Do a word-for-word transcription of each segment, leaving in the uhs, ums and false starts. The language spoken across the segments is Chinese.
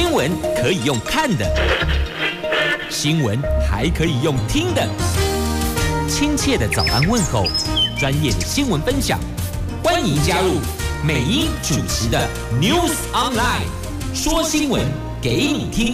新闻可以用看的，新闻还可以用听的。亲切的早安问候，专业的新闻分享，欢迎加入美英主持的 News Online， 说新闻给你听。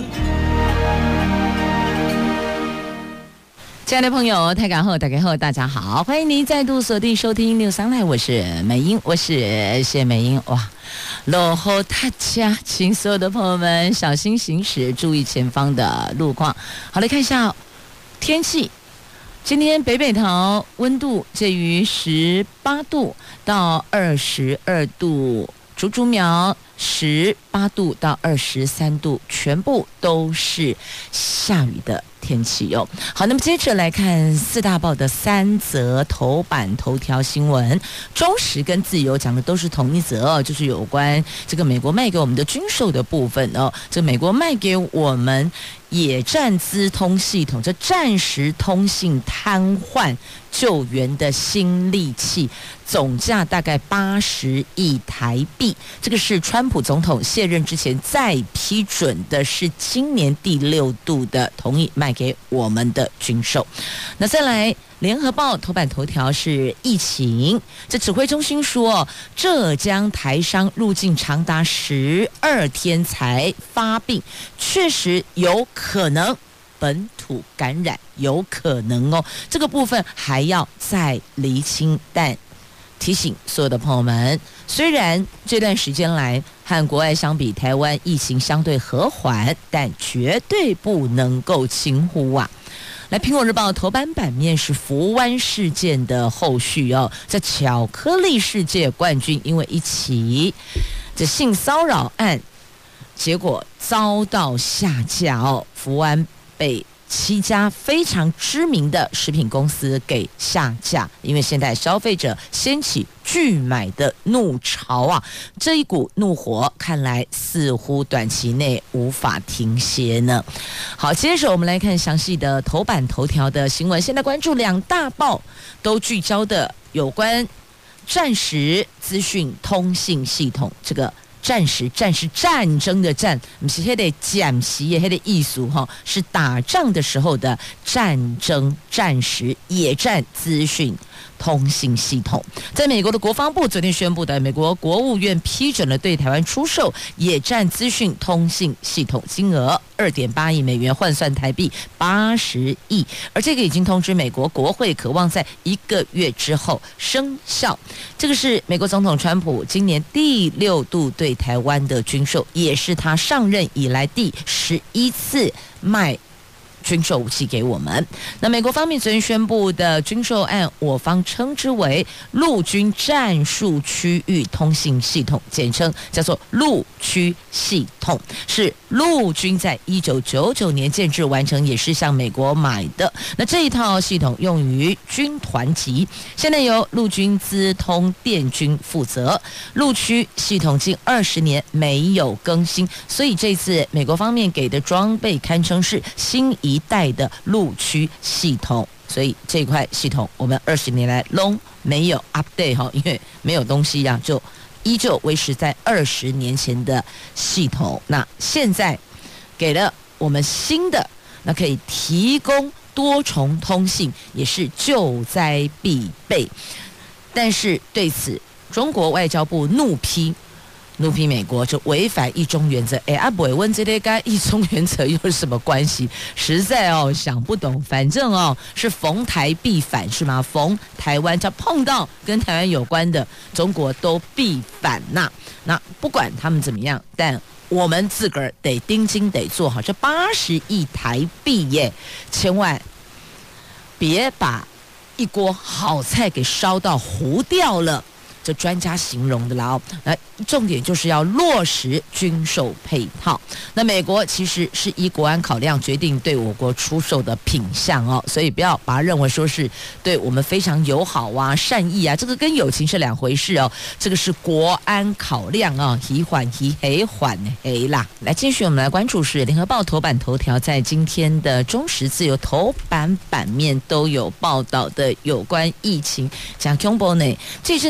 亲爱的朋友，台港后打开后，大家好，欢迎您再度锁定收听 News Online， 我是美英，我是谢美英。哇，落后大家，请所有的朋友们小心行驶，注意前方的路况。好，来看一下天气。今天北北桃温度介于十八度到二十二度，竹竹苗十八度到二十三度，全部都是下雨的天气哦。好，那么接着来看四大报的三则头版头条新闻。中时跟自由讲的都是同一则哦，就是有关这个美国卖给我们的军售的部分哦。这美国卖给我们野战资通系统，这战时通信瘫痪救援的新利器，总价大概八十亿台币。这个是川普总统卸任之前再批准的，是今年第六度的同意卖给我们的军售。那再来，联合报头版头条是疫情，这指挥中心说，浙江台商入境长达十二天才发病，确实有可能本土感染，有可能哦，这个部分还要再厘清。但提醒所有的朋友们，虽然这段时间来和国外相比，台湾疫情相对和缓，但绝对不能够轻忽啊。来，苹果日报头版版面是福湾事件的后续哦，这巧克力世界冠军因为一起这性骚扰案，结果遭到下架哦，福湾被七家非常知名的食品公司给下架，因为现在消费者掀起拒买的怒潮啊，这一股怒火看来似乎短期内无法停歇呢。好，接着我们来看详细的头版头条的新闻。现在关注两大报都聚焦的有关战时资讯通信系统，这个战时，战是战争的战，不是那个讲习的那个意思哈，是打仗的时候的战争战时野战资讯通信系统。在美国的国防部昨天宣布的，美国国务院批准了对台湾出售野战资讯通信系统，金额二点八亿美元，换算台币八十亿，而这个已经通知美国国会，可望在一个月之后生效。这个是美国总统川普今年第六度对台湾的军售，也是他上任以来第十一次卖军售武器给我们。那美国方面昨天宣布的军售案，我方称之为陆军战术区域通信系统，简称叫做陆区系统，是陆军在一九九九年建制完成，也是向美国买的。那这一套系统用于军团级，现在由陆军资通电军负责。陆区系统近二十年没有更新，所以这次美国方面给的装备堪称是新一代的陆区系统，所以这一块系统我们二十年来都没有 update 哈，因为没有东西呀，就依旧维持在二十年前的系统。那现在给了我们新的，那可以提供多重通信，也是救灾必备。但是对此，中国外交部怒批。怒批美国就违反一中原则，哎，啊不会问这类跟一中原则有什么关系？实在哦想不懂，反正哦是逢台必反是吗？逢台湾只要碰到跟台湾有关的，中国都必反呐。那不管他们怎么样，但我们自个儿得盯紧得做好，这八十亿台币耶，千万别把一锅好菜给烧到糊掉了。这专家形容的啦哦，那重点就是要落实军售配套。那美国其实是依国安考量决定对我国出售的品项哦，所以不要把它认为说是对我们非常友好啊、善意啊，这个跟友情是两回事哦。这个是国安考量啊，一缓一黑缓黑啦。来，继续我们来关注是联合报头版头条，在今天的中时自由头版版面都有报道的有关疫情。讲 Combo 呢，这阵子听到。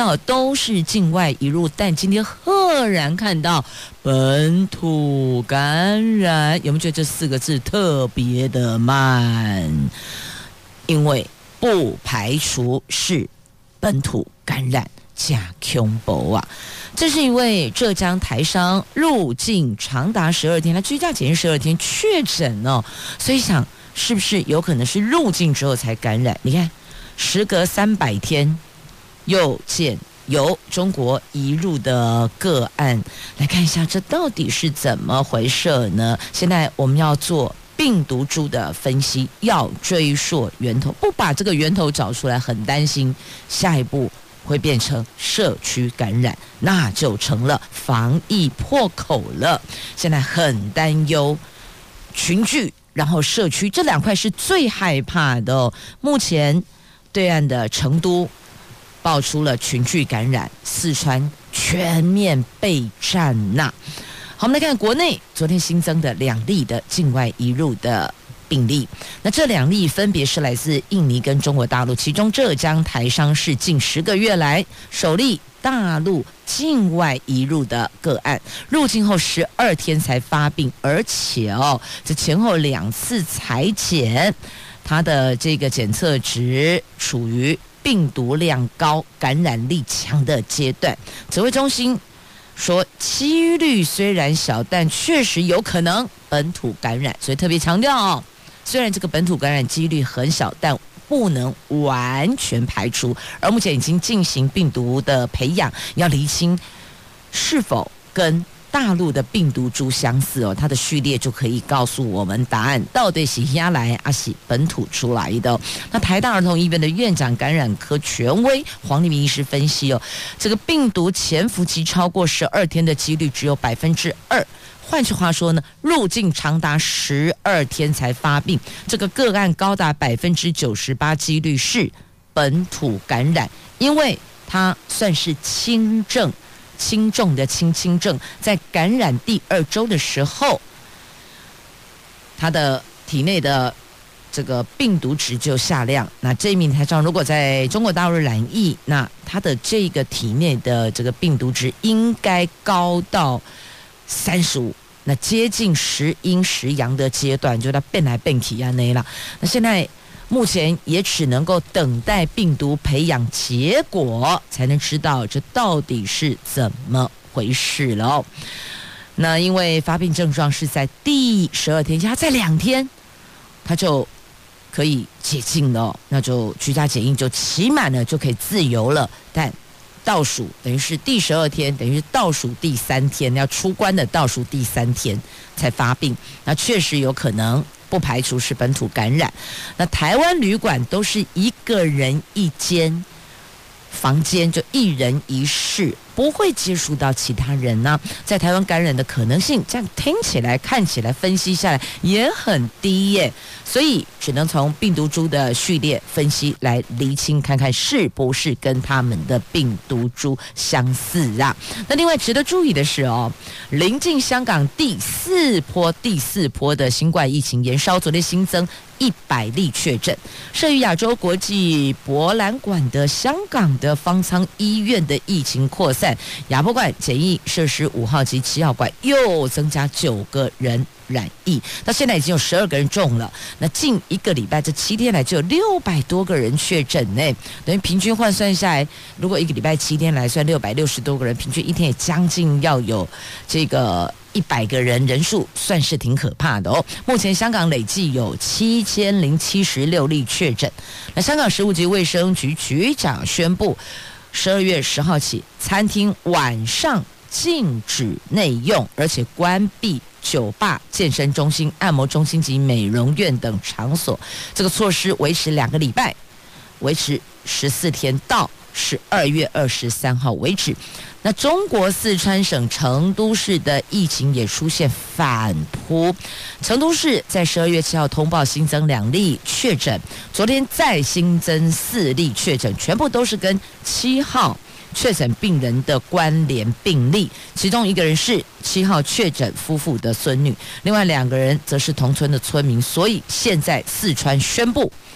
到都是境外移入，但今天赫然看到本土感染，有没有觉得这四个字特别的慢？因为不排除是本土感染加恐怖啊！这是一位浙江台商入境长达十二天，他居家检疫十二天确诊哦，所以想是不是有可能是入境之后才感染？你看，时隔三百天又见由中国移入的个案，来看一下这到底是怎么回事呢？现在我们要做病毒株的分析，要追溯源头，不把这个源头找出来，很担心下一步会变成社区感染，那就成了防疫破口了。现在很担忧群聚，然后社区这两块是最害怕的哦。目前对岸的成都爆出了群聚感染，四川全面被占纳。好，我们来看国内昨天新增的两例的境外移入的病例，那这两例分别是来自印尼跟中国大陆，其中浙江台商是近十个月来首例大陆境外移入的个案，入境后十二天才发病，而且哦，这前后两次采检，它的这个检测值处于病毒量高、感染力强的阶段。指挥中心说，几率虽然小，但确实有可能本土感染，所以特别强调哦，虽然这个本土感染几率很小，但不能完全排除。而目前已经进行病毒的培养，要厘清是否跟大陆的病毒株相似哦，它的序列就可以告诉我们答案，到底是压来还是本土出来的哦。那台大儿童医院的院长感染科权威黄立明医师分析哦，这个病毒潜伏期超过十二天的几率只有百分之二。换句话说呢，入境长达十二天才发病，这个个案高达百分之九十八几率是本土感染，因为它算是轻症。轻重的轻轻症，在感染第二周的时候，他的体内的这个病毒值就下降。那这一名台商如果在中国大陆染疫，那他的这个体内的这个病毒值应该高到三十五，那接近时阴时阳的阶段，就他变来变去啊那啦。那现在目前也只能够等待病毒培养结果，才能知道这到底是怎么回事了哦。那因为发病症状是在第十二天，他在两天他就可以解禁了哦，那就居家检疫就期满了，就可以自由了。但倒数等于是第十二天，等于是倒数第三天，要出关的倒数第三天才发病，那确实有可能。不排除是本土感染。那台湾旅馆都是一个人一间房间，就一人一室，不会接触到其他人呢、啊。在台湾感染的可能性，这样听起来、看起来、分析下来也很低耶。所以只能从病毒株的序列分析来厘清，看看是不是跟他们的病毒株相似啊。那另外值得注意的是哦，临近香港第四波第四波的新冠疫情延烧，昨天新增一百例确诊。设于亚洲国际博览馆的香港的方舱医院的疫情扩散，亚博馆检疫设施五号及七号馆又增加九个人染疫，到现在已经有十二个人中了。那近一个礼拜，这七天来就有六百多个人确诊呢，等于平均换算下来，如果一个礼拜七天来算六百六十多个人，平均一天也将近要有这个一百个人，人数算是挺可怕的哦。目前香港累计有七千零七十六例确诊。那香港食物及卫生局局长宣布，十二月十号起，餐厅晚上禁止内用，而且关闭酒吧、健身中心、按摩中心及美容院等场所。这个措施维持两个礼拜，维持十四天，到十二月二十三号为止。那中国四川省成都市的疫情也出现反扑，成都市在十二月七号通报新增两例确诊，昨天再新增四例确诊，全部都是跟七号确诊病人的关联病例，其中一个人是七号确诊夫妇的孙女，另外两个人则是同村的村民。所以现在四川宣布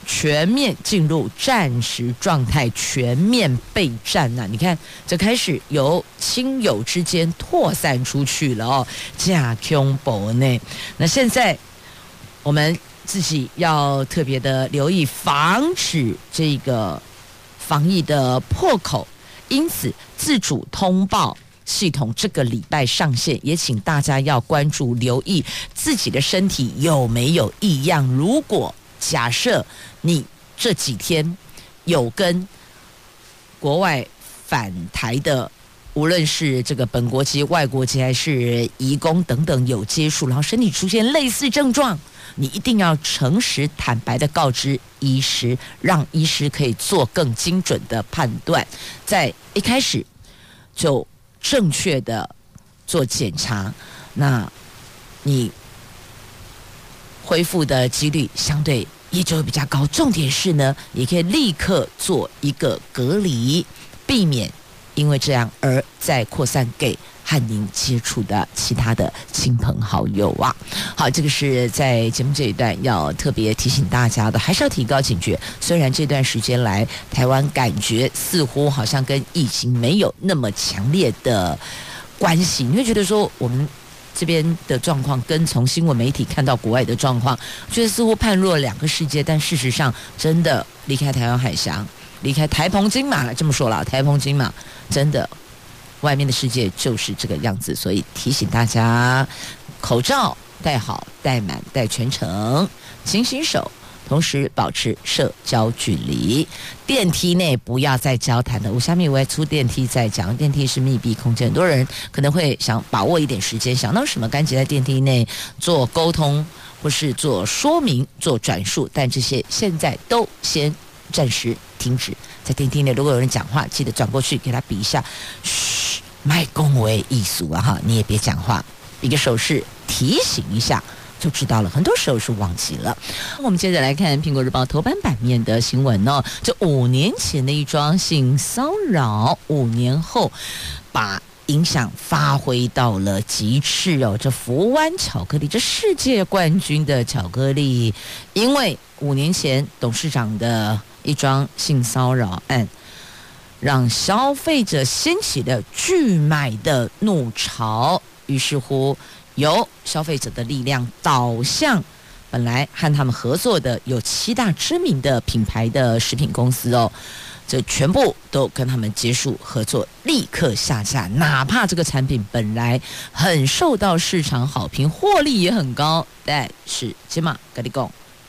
全面进入战时状态，全面备战呐、啊！你看，这开始由亲友之间扩散出去了哦，假恐怖呢。那现在我们自己要特别的留意，防止这个防疫的破口。因此，自主通报系统这个礼拜上线，也请大家要关注、留意自己的身体有没有异样。如果假设你这几天有跟国外返台的，无论是这个本国籍、外国籍还是移工等等有接触，然后身体出现类似症状，你一定要诚实坦白的告知医师，让医师可以做更精准的判断，在一开始就正确的做检查，那你恢复的几率相对也就会比较高。重点是呢，也可以立刻做一个隔离，避免因为这样而再扩散给和您接触的其他的亲朋好友啊。好，这个是在节目这一段要特别提醒大家的，还是要提高警觉。虽然这段时间来台湾感觉似乎好像跟疫情没有那么强烈的关系，你会觉得说我们这边的状况跟从新闻媒体看到国外的状况，觉得似乎判若两个世界，但事实上真的离开台湾海峡，离开台澎金马了，这么说了，台澎金马真的外面的世界就是这个样子，所以提醒大家，口罩戴好、戴满、戴全程，勤洗手，同时保持社交距离。电梯内不要再交谈了。我下面我会出电梯再讲，电梯是密闭空间，很多人可能会想把握一点时间，想到什么赶紧在电梯内做沟通，或是做说明、做转述，但这些现在都先暂时停止。在电梯内，如果有人讲话，记得转过去给他比一下，嘘，卖恭维艺术啊哈，你也别讲话，比个手势提醒一下就知道了。很多时候是忘记了。我们接着来看《苹果日报》头版版面的新闻哦，这五年前的一桩性骚扰，五年后把影响发挥到了极致哦。这福湾巧克力，这世界冠军的巧克力，因为五年前董事长的一桩性骚扰案，让消费者掀起了拒买的怒潮，于是乎由消费者的力量导向本来和他们合作的有七大知名的品牌的食品公司哦，这全部都跟他们结束合作，立刻下架，哪怕这个产品本来很受到市场好评，获利也很高，但是起码跟你讲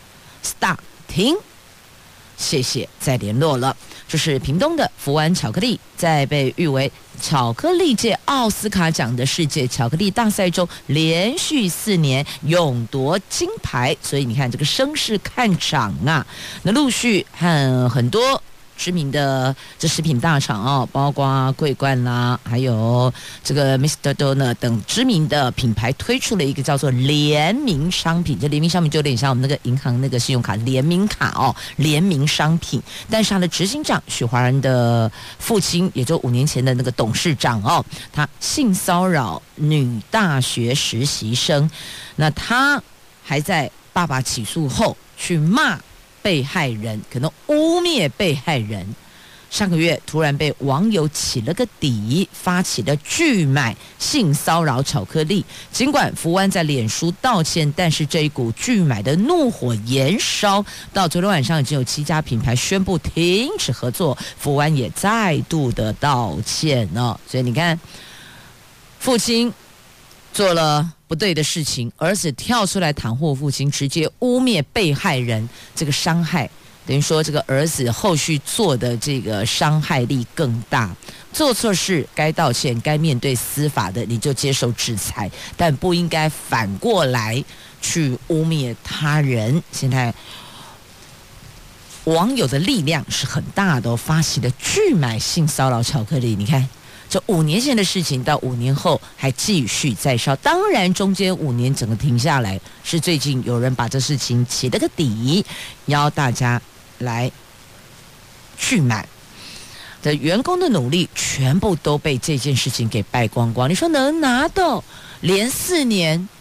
stop 停，谢谢再联络了。这是屏东的福湾巧克力，在被誉为巧克力界奥斯卡奖的世界巧克力大赛中连续四年勇夺金牌，所以你看这个声势看涨啊。那陆续和很多知名的这食品大厂哦，包括桂冠啦，还有这个 mister Doner 等知名的品牌推出了一个叫做联名商品。这联名商品就有点像我们那个银行那个信用卡联名卡哦，联名商品。但是他的执行长许华仁的父亲，也就五年前的那个董事长哦，他性骚扰女大学实习生，那他还在爸爸起诉后去骂被害人，可能污蔑被害人。上个月突然被网友起了个底，发起了拒买性骚扰巧克力。尽管福湾在脸书道歉，但是这一股拒买的怒火延烧到昨天晚上，已经有七家品牌宣布停止合作，福湾也再度的道歉哦。所以你看，父亲做了不对的事情，儿子跳出来袒护父亲，直接污蔑被害人，这个伤害等于说这个儿子后续做的这个伤害力更大。做错事该道歉，该面对司法的你就接受制裁，但不应该反过来去污蔑他人。现在网友的力量是很大的哦，发起了拒买性骚扰巧克力。你看这五年前的事情到五年后还继续在烧，当然中间五年整个停下来，是最近有人把这事情起了个底，邀大家来拒买的员工的努力全部都被这件事情给败光光。你说能拿到连四年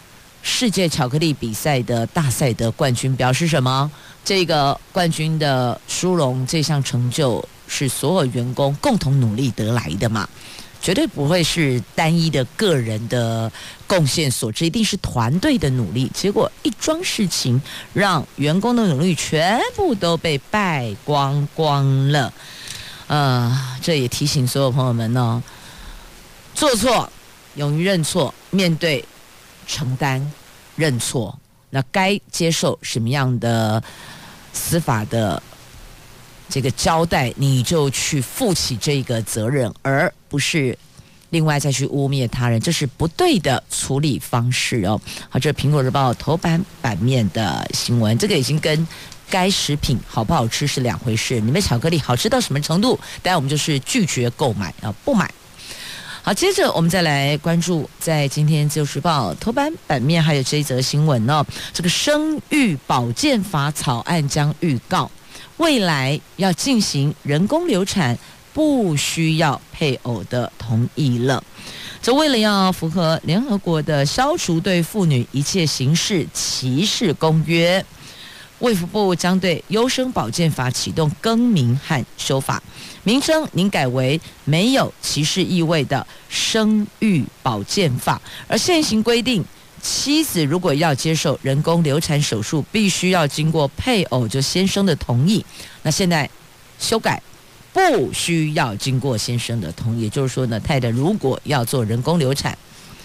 世界巧克力比赛的大赛的冠军，表示什么？这个冠军的殊荣，这项成就是所有员工共同努力得来的嘛，绝对不会是单一的个人的贡献所致，一定是团队的努力。结果一桩事情，让员工的努力全部都被败光光了。呃，这也提醒所有朋友们呢，做错，勇于认错，面对、承担、认错，那该接受什么样的司法的这个交代，你就去负起这个责任，而不是另外再去污蔑他人，这是不对的处理方式哦。好，这是苹果日报头版版面的新闻，这个已经跟该食品好不好吃是两回事。你们巧克力好吃到什么程度？当然我们就是拒绝购买啊，不买。好，接着我们再来关注在今天自由时报头版版面还有这一则新闻哦，这个生育保健法草案将预告，未来要进行人工流产不需要配偶的同意了。这为了要符合联合国的消除对妇女一切形式歧视公约，卫福部将对优生保健法启动更名和修法，名称您改为没有歧视意味的生育保健法。而现行规定，妻子如果要接受人工流产手术，必须要经过配偶就先生的同意。那现在修改，不需要经过先生的同意，也就是说呢，太太如果要做人工流产，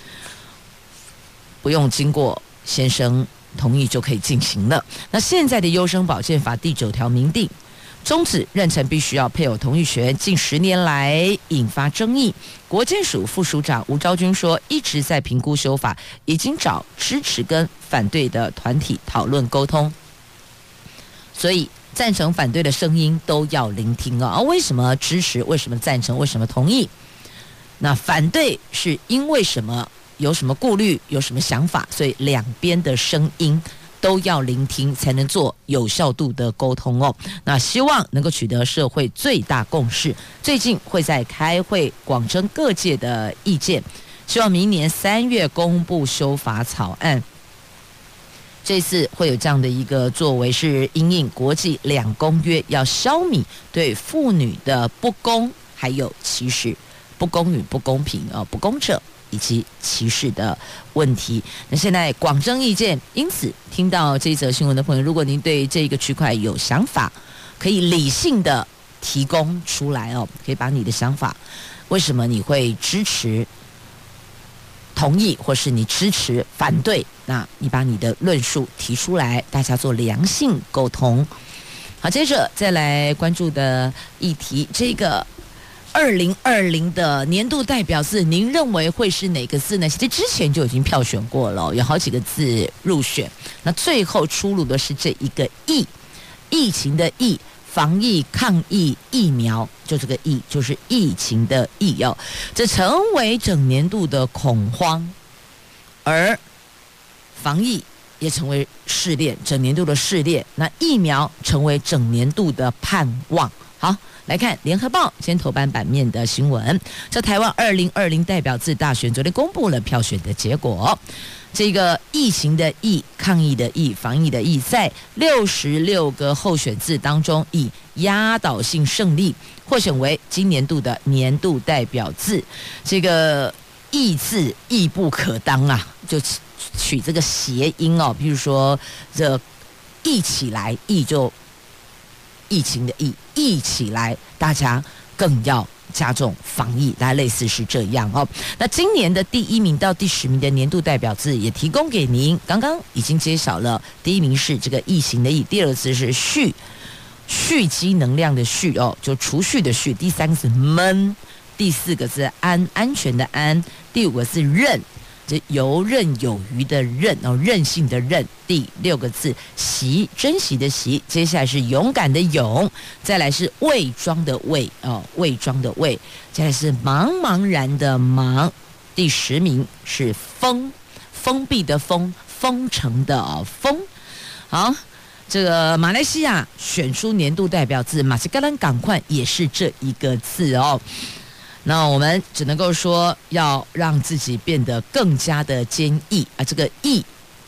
不用经过先生同意就可以进行了。那现在的优生保健法第九条明定，终止妊娠必须要配偶同意权，近十年来引发争议。国健署副署长吴昭君说，一直在评估修法，已经找支持跟反对的团体讨论沟通，所以赞成反对的声音都要聆听啊。为什么支持？为什么赞成？为什么同意？那反对是因为什么？有什么顾虑？有什么想法？所以两边的声音都要聆听，才能做有效度的沟通哦。那希望能够取得社会最大共识。最近会在开会广征各界的意见，希望明年三月公布修法草案。这次会有这样的一个作为，是因应国际两公约，要消弭对妇女的不公，还有歧视、不公与不公平啊、不公正以及歧视的问题。那现在广征意见，因此听到这一则新闻的朋友，如果您对这个区块有想法，可以理性的提供出来哦，可以把你的想法，为什么你会支持、同意，或是你支持、反对，那你把你的论述提出来，大家做良性沟通。好，接着再来关注的议题，这个二零二零的年度代表字，您认为会是哪个字呢？其实之前就已经票选过了，有好几个字入选，那最后出炉的是这一个疫，疫情的疫，防疫抗疫疫苗，就这个疫，就是疫情的疫哦，这成为整年度的恐慌，而防疫也成为试炼，整年度的试炼，那疫苗成为整年度的盼望。好，来看联合报今天头版版面的新闻，这台湾二零二零代表字大选昨天公布了票选的结果，这个疫情的疫，抗疫的疫，防疫的疫，在六十六个候选字当中以压倒性胜利获选为今年度的年度代表字。这个疫字义不可当啊，就取这个谐音哦，比如说这疫起来，疫就疫情的疫，疫起来，大家更要加重防疫，大概类似是这样哦。那今年的第一名到第十名的年度代表字也提供给您，刚刚已经揭晓了，第一名是这个疫情的疫，第二个字是蓄，蓄积能量的蓄哦，就储蓄的蓄，第三个是闷，第四个字安，安全的安，第五个字任，这游刃有余的任哦，任性的任，第六个字惜，珍惜的惜，接下来是勇敢的勇，再来是伪装的伪哦，伪装的伪，接下来是茫茫然的茫，第十名是封，封闭的封，封城的哦封。好，这个马来西亚选出年度代表字，马西嘎兰港快也是这一个字哦。那我们只能够说，要让自己变得更加的坚毅啊！这个毅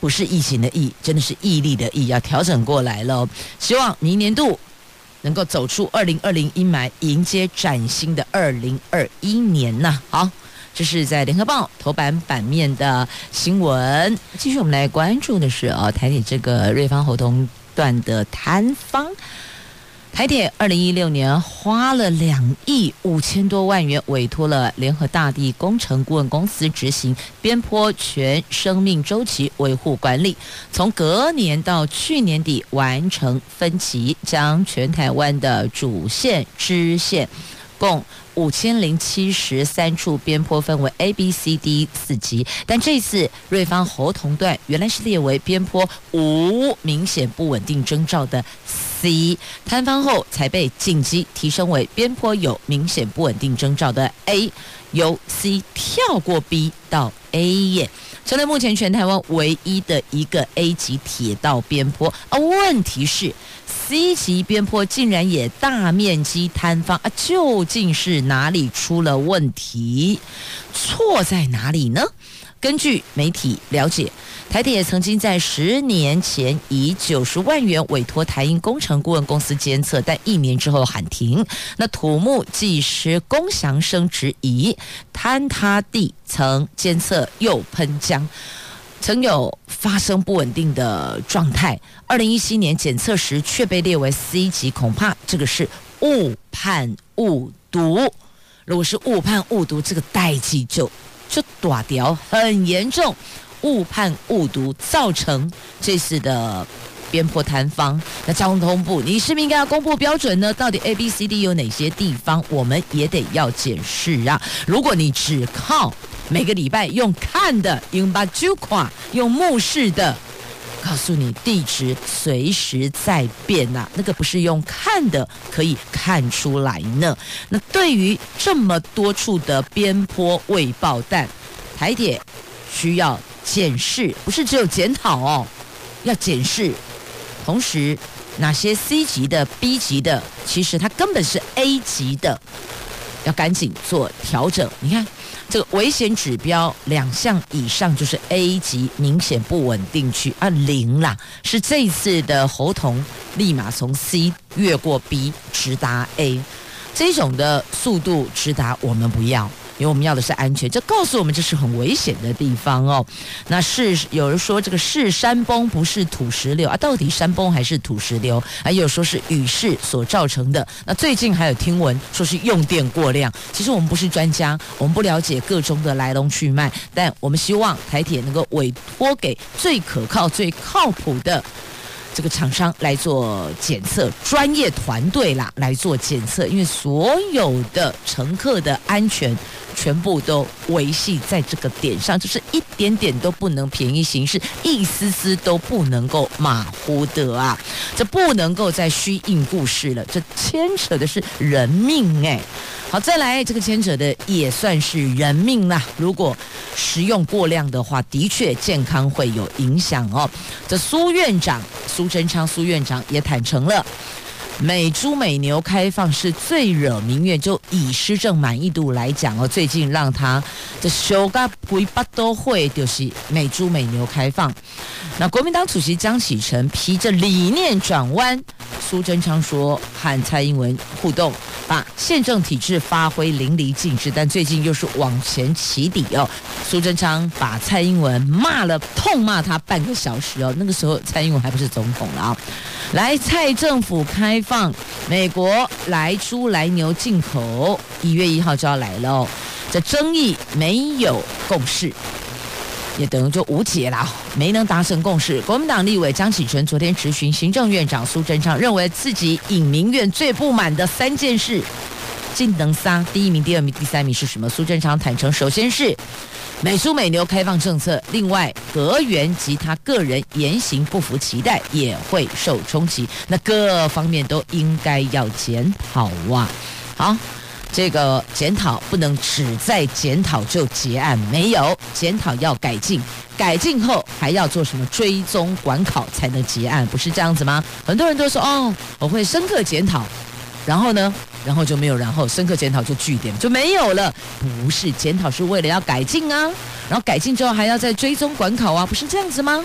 不是疫情的疫，真的是毅力的毅，要调整过来了。希望明年度能够走出二零二零阴霾，迎接崭新的二零二一年呐、啊。好，这是在联合报头版版面的新闻。继续我们来关注的是哦，台铁这个瑞芳侯硐段的摊方。台铁二零一六年花了两亿五千多万元，委托了联合大地工程顾问公司执行边坡全生命周期维护管理，从隔年到去年底完成分期，将全台湾的主线、支线共五千零七十三处边坡分为 A、B、C、D 四级，但这次瑞芳侯硐段原来是列为边坡无明显不稳定征兆的 C， 摊方后才被紧急提升为边坡有明显不稳定征兆的 A， 由 C 跳过 B 到 A 耶，成了目前全台湾唯一的一个 A 级铁道边坡。而问题是C 级边坡竟然也大面积摊方啊，究竟是哪里出了问题？错在哪里呢？根据媒体了解，台铁曾经在十年前以九十万元委托台英工程顾问公司监测，但一年之后喊停。那土木技师龚祥生质疑，坍塌地曾监测又喷浆，曾有发生不稳定的状态。二零一七年检测时却被列为 C 级，恐怕这个是误判误读。如果是误判误读，这个代际就就大条很严重，误判误读造成这次的边坡摊方。那交通部，你是不是应该要公布标准呢？到底 A、B、C、D 有哪些地方，我们也得要检视啊。如果你只靠每个礼拜用看的，用把酒看，用目视的，告诉你地质随时在变呐、啊，那个不是用看的可以看出来呢。那对于这么多处的边坡未爆弹，台铁需要检视，不是只有检讨哦，要检视。同时，哪些 C 级的、B 级的，其实它根本是 A 级的，要赶紧做调整。你看。这个危险指标两项以上就是 A 级明显不稳定区啊，零啦，是这一次的侯硐立马从 C 越过 B 直达 A， 这种的速度直达我们不要，因为我们要的是安全，这告诉我们这是很危险的地方哦。那是有人说这个是山崩不是土石流啊，到底山崩还是土石流？还有说是雨势所造成的。那最近还有听闻说是用电过量。其实我们不是专家，我们不了解各中的来龙去脉，但我们希望台铁能够委托给最可靠、最靠谱的这个厂商来做检测，专业团队啦来做检测，因为所有的乘客的安全全部都维系在这个点上，就是一点点都不能便宜行事，一丝丝都不能够马虎的啊！这不能够再虚应故事了，这牵扯的是人命哎。好，再来这个牵扯的也算是人命啦。如果食用过量的话，的确健康会有影响哦。这苏院长苏贞昌苏院长也坦诚了。美猪美牛开放是最惹民怨，就以施政满意度来讲哦，最近让他这修个规巴都会就是美猪美牛开放。那国民党主席江启臣披着理念转弯，苏贞昌说和蔡英文互动，把宪政体制发挥淋漓尽致，但最近又是往前起底哦。苏贞昌把蔡英文骂了，痛骂他半个小时哦，那个时候蔡英文还不是总统了啊。来，蔡政府开放美国来猪来牛进口，一月一号就要来了哦。这争议没有共识，也等于就无解啦，没能达成共识。国民党立委江启臣昨天质询行政院长苏贞昌，认为自己引民怨最不满的三件事，进能三第一名、第二名、第三名是什么？苏贞昌坦诚，首先是美猪美牛开放政策，另外阁员及他个人言行不符期待也会受冲击，那各方面都应该要检讨啊。好，这个检讨不能只在检讨就结案，没有检讨要改进，改进后还要做什么追踪管考才能结案，不是这样子吗？很多人都说哦，我会深刻检讨，然后呢？然后就没有然后，深刻检讨就据点就没有了。不是，检讨是为了要改进啊，然后改进之后还要再追踪管考啊，不是这样子吗？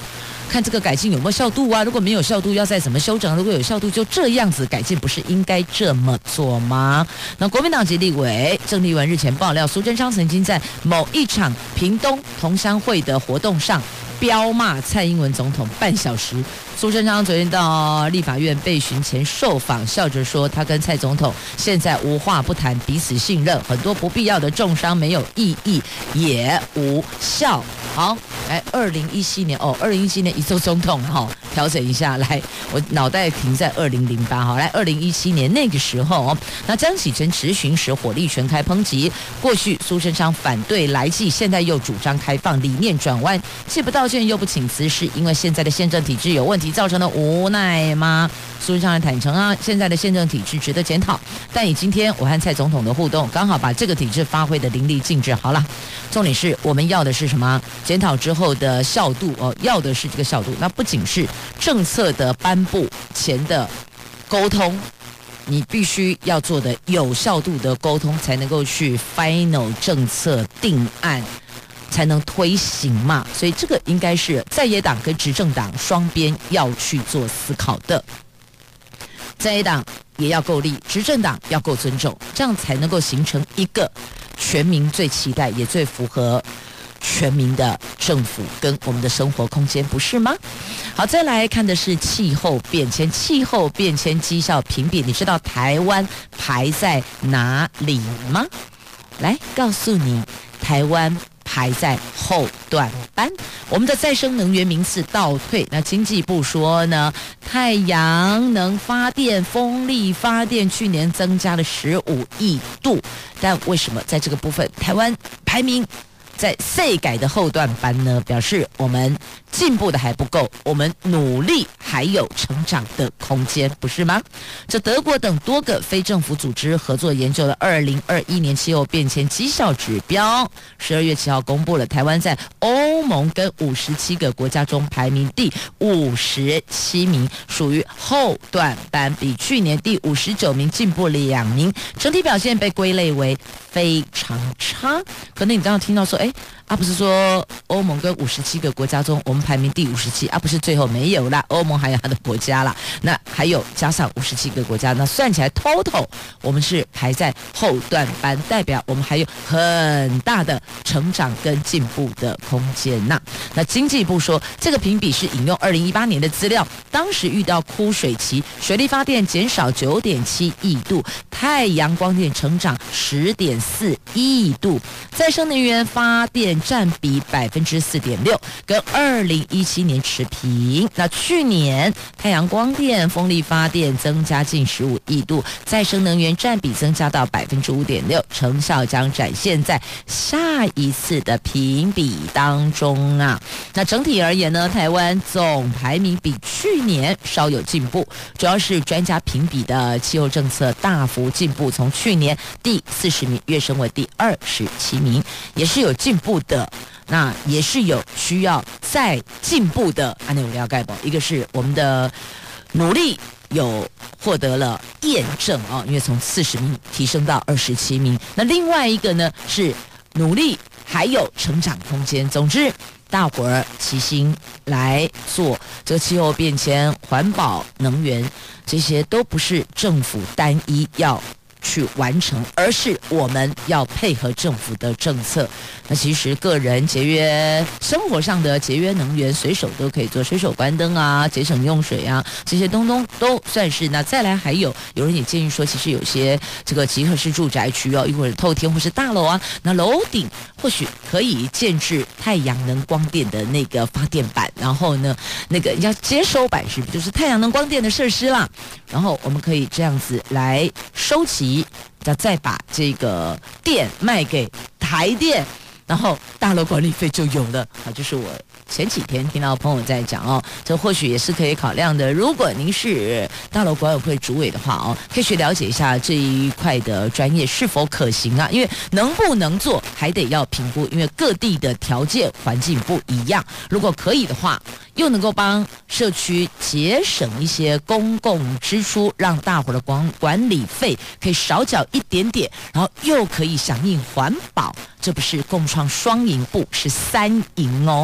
看这个改进有没有效度啊，如果没有效度要再怎么修整，如果有效度就这样子改进，不是应该这么做吗？那国民党籍立委郑丽文日前爆料，苏贞昌曾经在某一场屏东同乡会的活动上彪骂蔡英文总统半小时。苏贞昌昨天到立法院备询前受访，笑着说他跟蔡总统现在无话不谈，彼此信任，很多不必要的重伤没有意义也无效。好，来二零一七年哦，二零一七年一做总统哈、哦，调整一下来，我脑袋停在二零零八哈，来二零一七年那个时候哦，那江启臣质询时火力全开抨击，过去苏贞昌反对来济，现在又主张开放，理念转弯，既不道歉又不请辞，是因为现在的宪政体制有问题造成的无奈吗？苏贞昌还坦诚啊，现在的宪政体制值得检讨，但以今天我和蔡总统的互动，刚好把这个体制发挥的淋漓尽致。好了，重点是我们要的是什么？检讨之后的效度哦，要的是这个效度。那不仅是政策的颁布前的沟通，你必须要做的有效度的沟通，才能够去 final 政策定案，才能推行嘛。所以这个应该是在野党跟执政党双边要去做思考的。在野党也要够力，执政党要够尊重，这样才能够形成一个全民最期待也最符合全民的政府跟我们的生活空间，不是吗？好，再来看的是气候变迁。气候变迁绩效评比，你知道台湾排在哪里吗？来告诉你，台湾排在后段班，我们的再生能源名次倒退。那经济部说呢，太阳能发电、风力发电去年增加了十五亿度，但为什么在这个部分台湾排名在世界的后段班呢？表示我们进步的还不够，我们努力还有成长的空间，不是吗？这德国等多个非政府组织合作研究的二零二一年气候变迁绩效指标，十二月七号公布了，台湾在欧盟跟五十七个国家中排名第五十七名，属于后段班，比去年第五十九名进步两名，整体表现被归类为非常差。可能你刚刚听到说，哎，啊不是说欧盟跟五十七个国家中我们排名第五十七啊，不是最后没有啦，欧盟还有它的国家啦，那还有加上五十七个国家，那算起来 total 我们是排在后段班，代表我们还有很大的成长跟进步的空间呐。那经济部说，这个评比是引用二零一八年的资料，当时遇到枯水期，水力发电减少九点七亿度，太阳光电成长十点四亿度，再生能源发电占比百分之四点六，跟二零一七年持平。那去年太阳光电、风力发电增加近十五亿度，再生能源占比增加到百分之五点六，成效将展现在下一次的评比当中啊。那整体而言呢，台湾总排名比去年稍有进步，主要是专家评比的气候政策大幅进步，从去年第四十名跃升为第二十七名，也是有进步的。那也是有需要再进步的，安内我了解不？一个是我们的努力有获得了验证哦，因为从四十名提升到二十七名。那另外一个呢是努力还有成长空间。总之，大伙儿齐心来做这个气候变迁、环保、能源，这些都不是政府单一要去完成，而是我们要配合政府的政策。那其实个人节约生活上的节约能源，随手都可以做，随手关灯啊，节省用水啊，这些东东都算是。那再来还有有人也建议说，其实有些这个集合式住宅区哦，一会儿透天或是大楼啊，那楼顶或许可以建置太阳能光电的那个发电板，然后呢，那个要接收板是不是就是太阳能光电的设施啦？然后我们可以这样子来收集，再把这个电卖给台电，然后大楼管理费就有了。好，就是我前几天听到朋友在讲哦，这或许也是可以考量的。如果您是大楼管委会主委的话哦，可以去了解一下这一块的专业是否可行啊？因为能不能做还得要评估，因为各地的条件环境不一样。如果可以的话，又能够帮社区节省一些公共支出，让大伙的管管理费可以少缴一点点，然后又可以响应环保，这不是共创双赢，不是三赢哦。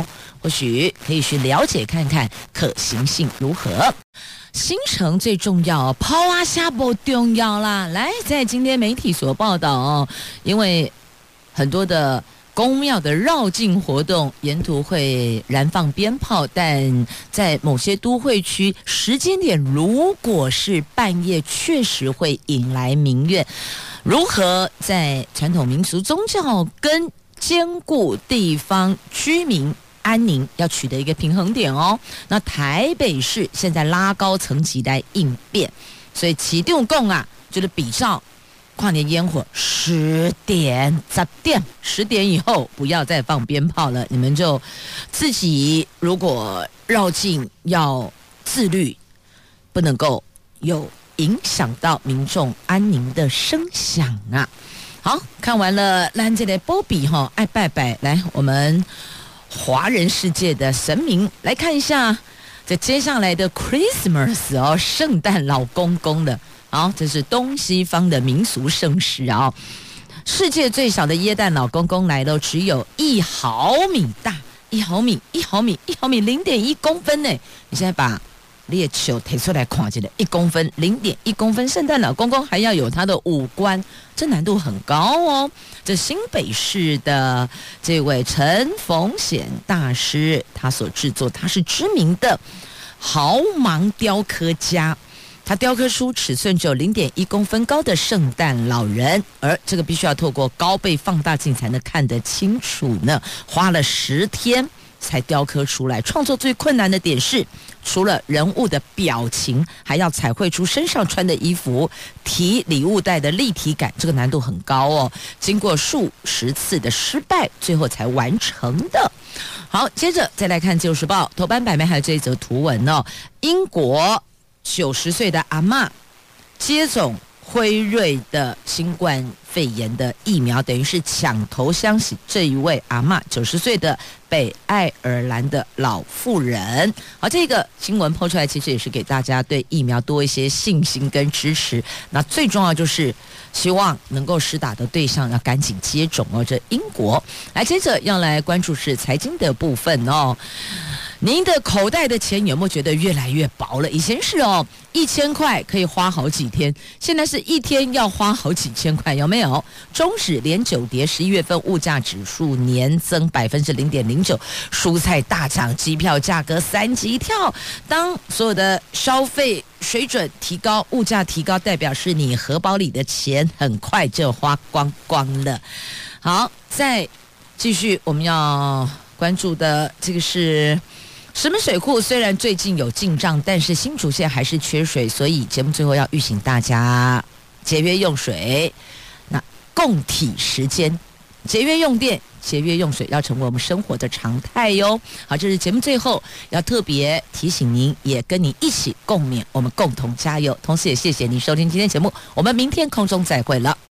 或许可以去了解看看可行性如何。新城最重要，抛啊下不重要啦。来，在今天媒体所报道哦，因为很多的宫庙的绕境活动，沿途会燃放鞭炮，但在某些都会区时间点，如果是半夜，确实会引来民怨。如何在传统民俗宗教跟兼顾地方居民安宁要取得一个平衡点哦。那台北市现在拉高层级来应变，所以启动供啊，就是比照跨年烟火十点、十点、十点以后不要再放鞭炮了。你们就自己如果绕境要自律，不能够有影响到民众安宁的声响啊。好，看完了咱这个波比哈爱拜拜，来我们华人世界的神明来看一下，在接下来的 Christmas 哦，圣诞老公公的，好，这是东西方的民俗盛事啊。世界最小的耶诞老公公来了，只有一毫米大，一毫米，一毫米，一毫米，零点一公分呢。你现在把猎球提出来看起来，一公分，零点一公分，圣诞老公公还要有他的五官，这难度很高哦。这新北市的这位陈逢显大师，他所制作，他是知名的豪芒雕刻家，他雕刻出尺寸只有零点一公分高的圣诞老人，而这个必须要透过高倍放大镜才能看得清楚呢，花了十天才雕刻出来。创作最困难的点是，除了人物的表情，还要彩绘出身上穿的衣服、提礼物袋的立体感，这个难度很高哦。经过数十次的失败，最后才完成的。好，接着再来看《自由时报》头版版面，还有这一则图文哦。英国九十岁的阿嬷接种辉瑞的新冠肺炎的疫苗，等于是抢头香。这一位阿嬷九十岁的北爱尔兰的老妇人。好，这个新闻抛出来，其实也是给大家对疫苗多一些信心跟支持。那最重要就是希望能够施打的对象要赶紧接种哦。这英国来，接着要来关注是财经的部分哦。您的口袋的钱有没有觉得越来越薄了？以前是哦，一千块可以花好几天，现在是一天要花好几千块，有没有？中指连九跌，十一月份物价指数年增百分之零点零九，蔬菜大涨，机票价格三级跳。当所有的消费水准提高，物价提高，代表是你荷包里的钱很快就花光光了。好，再继续我们要关注的这个是石门水库，虽然最近有进账，但是新竹县还是缺水，所以节目最后要预醒大家节约用水，那共体时间，节约用电，节约用水要成为我们生活的常态哟。好，这是节目最后要特别提醒您，也跟您一起共勉，我们共同加油。同时也谢谢您收听今天节目，我们明天空中再会了。